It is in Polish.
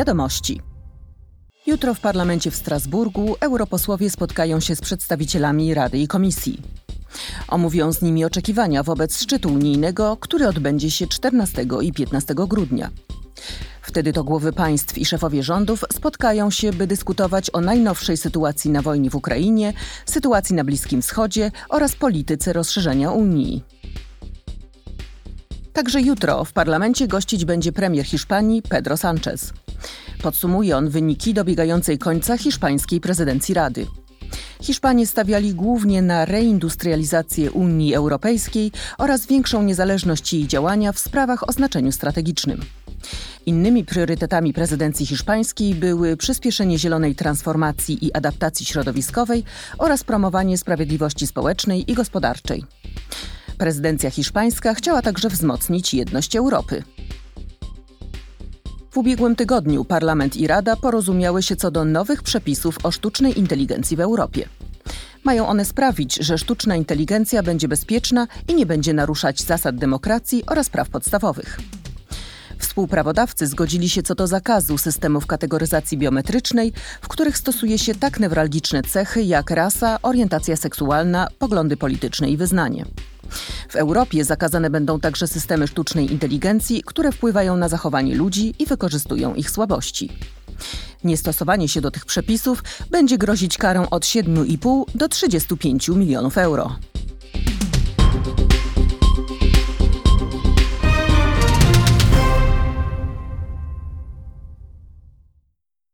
Wiadomości. Jutro w parlamencie w Strasburgu europosłowie spotkają się z przedstawicielami Rady i Komisji. Omówią z nimi oczekiwania wobec szczytu unijnego, który odbędzie się 14 i 15 grudnia. Wtedy to głowy państw i szefowie rządów spotkają się, by dyskutować o najnowszej sytuacji na wojnie w Ukrainie, sytuacji na Bliskim Wschodzie oraz polityce rozszerzenia Unii. Także jutro w parlamencie gościć będzie premier Hiszpanii Pedro Sánchez. Podsumuje on wyniki dobiegającej końca hiszpańskiej prezydencji Rady. Hiszpanie stawiali głównie na reindustrializację Unii Europejskiej oraz większą niezależność jej działania w sprawach o znaczeniu strategicznym. Innymi priorytetami prezydencji hiszpańskiej były przyspieszenie zielonej transformacji i adaptacji środowiskowej oraz promowanie sprawiedliwości społecznej i gospodarczej. Prezydencja hiszpańska chciała także wzmocnić jedność Europy. W ubiegłym tygodniu Parlament i Rada porozumiały się co do nowych przepisów o sztucznej inteligencji w Europie. Mają one sprawić, że sztuczna inteligencja będzie bezpieczna i nie będzie naruszać zasad demokracji oraz praw podstawowych. Współprawodawcy zgodzili się co do zakazu systemów kategoryzacji biometrycznej, w których stosuje się tak newralgiczne cechy jak rasa, orientacja seksualna, poglądy polityczne i wyznanie. W Europie zakazane będą także systemy sztucznej inteligencji, które wpływają na zachowanie ludzi i wykorzystują ich słabości. Niestosowanie się do tych przepisów będzie grozić karą od 7,5 do 35 milionów euro.